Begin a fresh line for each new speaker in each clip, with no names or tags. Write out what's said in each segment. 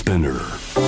Spinner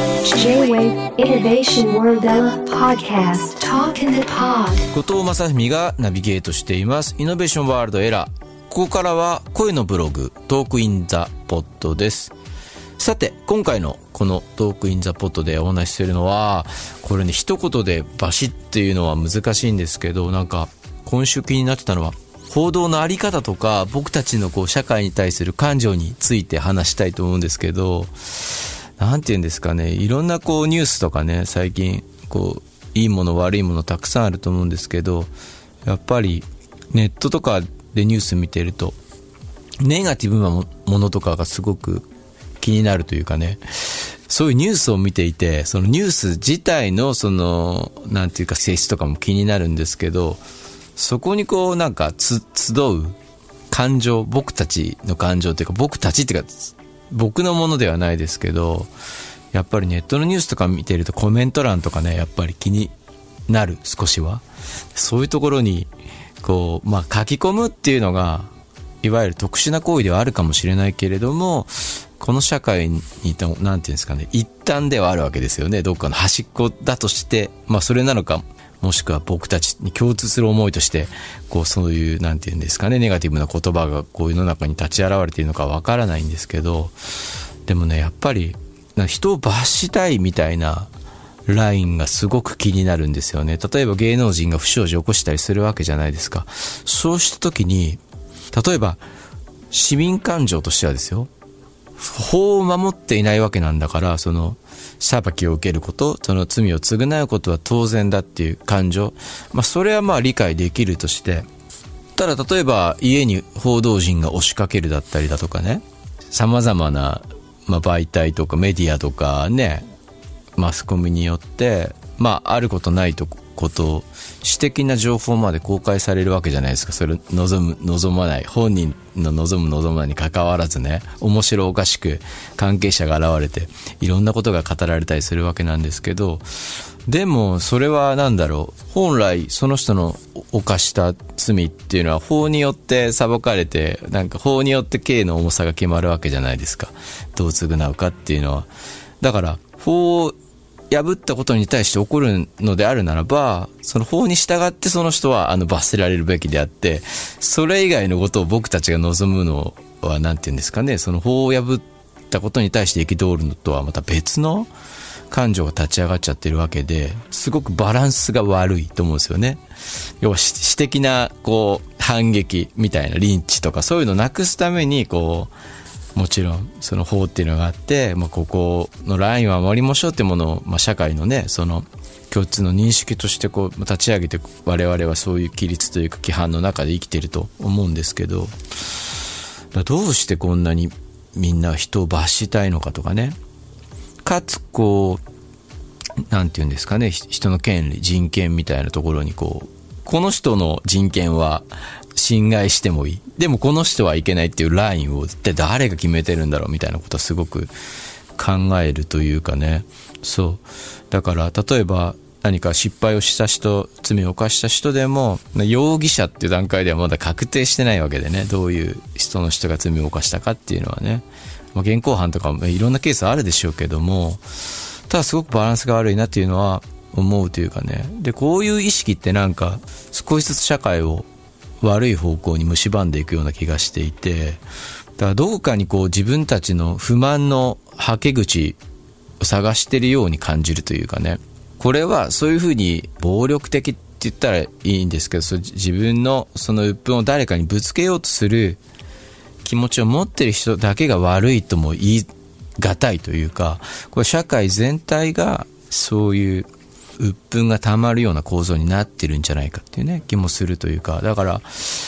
J-Wave Innovation World Podcast Talk in the Pod
後藤正文がナビゲートしていますイノベーションワールドエラー。ここからは声のブログトークインザポッドです。さて今回のこのトークインザポッドでお話しするのは、これね一言でバシッっていうのは難しいんですけど、なんか今週気になってたのは報道のあり方とか僕たちのこう社会に対する感情について話したいと思うんですけど、なんていうんですかね、いろんなこうニュースとかね、最近こういいもの悪いものたくさんあると思うんですけど、やっぱりネットとかでニュース見てるとネガティブなものとかがすごく気になるというかね、そういうニュースを見ていて、そのニュース自体のそのなんていうか性質とかも気になるんですけど、そこにこうなんか集う感情、僕たちの感情というか、僕たちっていうか僕のものではないですけど、やっぱりネットのニュースとか見てるとコメント欄とかね、やっぱり気になる。少しはそういうところにこう、書き込むっていうのがいわゆる特殊な行為ではあるかもしれないけれども、この社会になんていうんですかね、一端ではあるわけですよね。どっかの端っこだとして、それなのか、もしくは僕たちに共通する思いとしてこうそういうなんていうんですかね、ネガティブな言葉がこう世の中に立ち現れているのかわからないんですけど、でもねやっぱり人を罰したいみたいなラインがすごく気になるんですよね。例えば芸能人が不祥事を起こしたりするわけじゃないですか。そうした時に例えば市民感情としてはですよ、法を守っていないわけなんだから、その裁きを受けること、その罪を償うことは当然だっていう感情、それは理解できるとして、ただ例えば家に報道陣が押しかけるだったりだとかね、様々な媒体とかメディアとかね、マスコミによってあることないこと私的な情報まで公開されるわけじゃないですか。それ望まない、本人の望まないに関わらずね、面白おかしく関係者が現れていろんなことが語られたりするわけなんですけど、でもそれは本来その人の犯した罪っていうのは法によって裁かれて、法によって刑の重さが決まるわけじゃないですか。どう償うかっていうのは。だから法を破ったことに対して起こるのであるならば、その法に従ってその人は罰せられるべきであって、それ以外のことを僕たちが望むのはなんていうんですかね、その法を破ったことに対して憤るのとはまた別の感情が立ち上がっちゃってるわけで、すごくバランスが悪いと思うんですよね。要は私的な反撃みたいなリンチとかそういうのをなくすためにもちろんその法っていうのがあって、ここのラインは守りましょうってものを、社会のねその共通の認識として立ち上げて、我々はそういう規律というか規範の中で生きていると思うんですけど、どうしてこんなにみんな人を罰したいのかとかね、かつなんていうんですかね、人の権利、人権みたいなところにこの人の人権は侵害してもいい、でもこの人はいけないっていうラインを一体誰が決めてるんだろうみたいなことはすごく考えるというかね。そうだから例えば何か失敗をした人、罪を犯した人でも容疑者っていう段階ではまだ確定してないわけでね、どういう人が罪を犯したかっていうのはね、現行犯とかもいろんなケースあるでしょうけども、ただすごくバランスが悪いなっていうのは思うというかね。でこういう意識って少しずつ社会を悪い方向に蝕んでいくような気がしていて、だからどこかに自分たちの不満のはけ口を探しているように感じるというかね。これはそういうふうに暴力的って言ったらいいんですけど、自分のその鬱憤を誰かにぶつけようとする気持ちを持っている人だけが悪いとも言い難いというか、これ社会全体がそういう鬱憤がたまるような構造になってるんじゃないかっていうね気もするというか、だから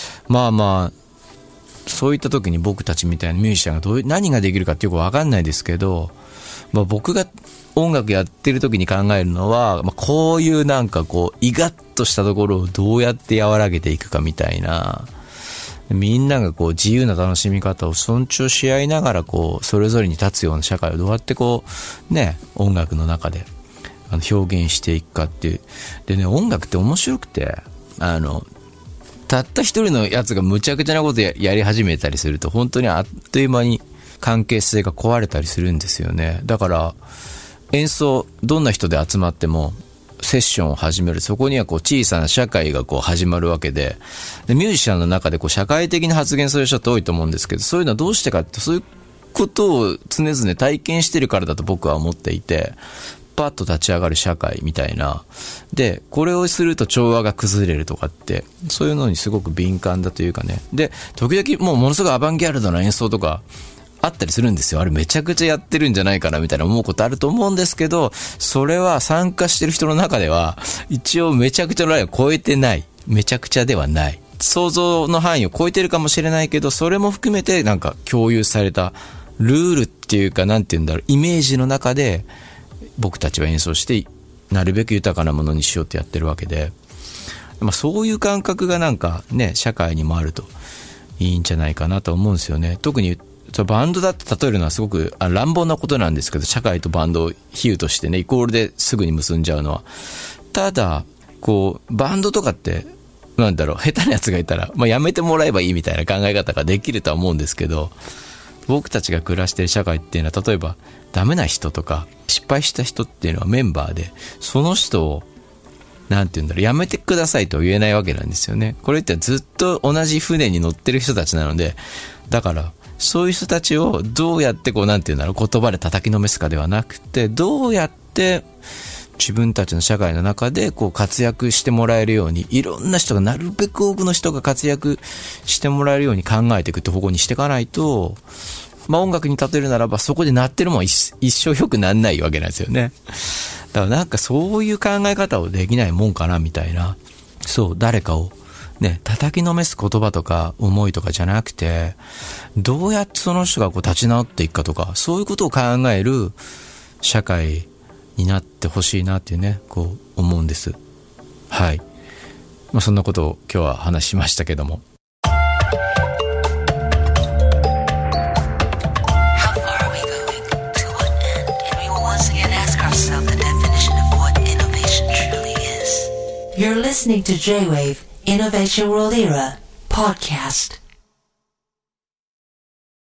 そういった時に僕たちみたいなミュージシャンが何ができるかってよく分かんないですけど、僕が音楽やってる時に考えるのは、こういうイガッとしたところをどうやって和らげていくかみたいな、みんなが自由な楽しみ方を尊重し合いながらそれぞれに立つような社会をどうやって音楽の中で表現していくかっていう。でね、音楽って面白くて、たった一人のやつがむちゃくちゃなことやり始めたりすると、本当にあっという間に関係性が壊れたりするんですよね。だから演奏、どんな人で集まってもセッションを始める、そこにはこう小さな社会がこう始まるわけで、ミュージシャンの中でこう社会的に発言する人って多いと思うんですけど、そういうのはどうしてかって、そういうことを常々体験してるからだと僕は思っていて、パッと立ち上がる社会みたいな。で、これをすると調和が崩れるとかって、そういうのにすごく敏感だというかね。で、時々もうものすごいアバンギャルドな演奏とかあったりするんですよ。あれめちゃくちゃやってるんじゃないかなみたいな思うことあると思うんですけど、それは参加してる人の中では一応めちゃくちゃのラインを超えてない。めちゃくちゃではない。想像の範囲を超えてるかもしれないけど、それも含めてなんか共有されたルールっていうか、なんていうんだろう、イメージの中で僕たちは演奏してなるべく豊かなものにしようってやってるわけで、そういう感覚がなんかね、社会にもあるといいんじゃないかなと思うんですよね。特にバンドだって例えるのはすごく乱暴なことなんですけど、社会とバンドを比喩としてね、イコールですぐに結んじゃうのは。ただこうバンドとかってなんだろう、下手なやつがいたら、やめてもらえばいいみたいな考え方ができるとは思うんですけど、僕たちが暮らしている社会っていうのは、例えばダメな人とか失敗した人っていうのはメンバーで、その人をなんていうんだろう、やめてくださいとは言えないわけなんですよね。これってずっと同じ船に乗ってる人たちなので、だからそういう人たちをどうやってこう、なんていうんだろう、言葉で叩きのめすかではなくて、どうやって自分たちの社会の中でこう活躍してもらえるように、いろんな人が、なるべく多くの人が活躍してもらえるように考えていくって方向にしていかないと、音楽に例えるならば、そこで鳴ってるもん一生良くなんないわけなんですよね。だからなんかそういう考え方をできないもんかなみたいな。そう、誰かをね、叩きのめす言葉とか思いとかじゃなくて、どうやってその人がこう立ち直っていくかとか、そういうことを考える社会になってほしいなっていうね、こう思うんです。はい。そんなことを今日は話しましたけども。
You're listening to J-Wave Innovation World Era podcast.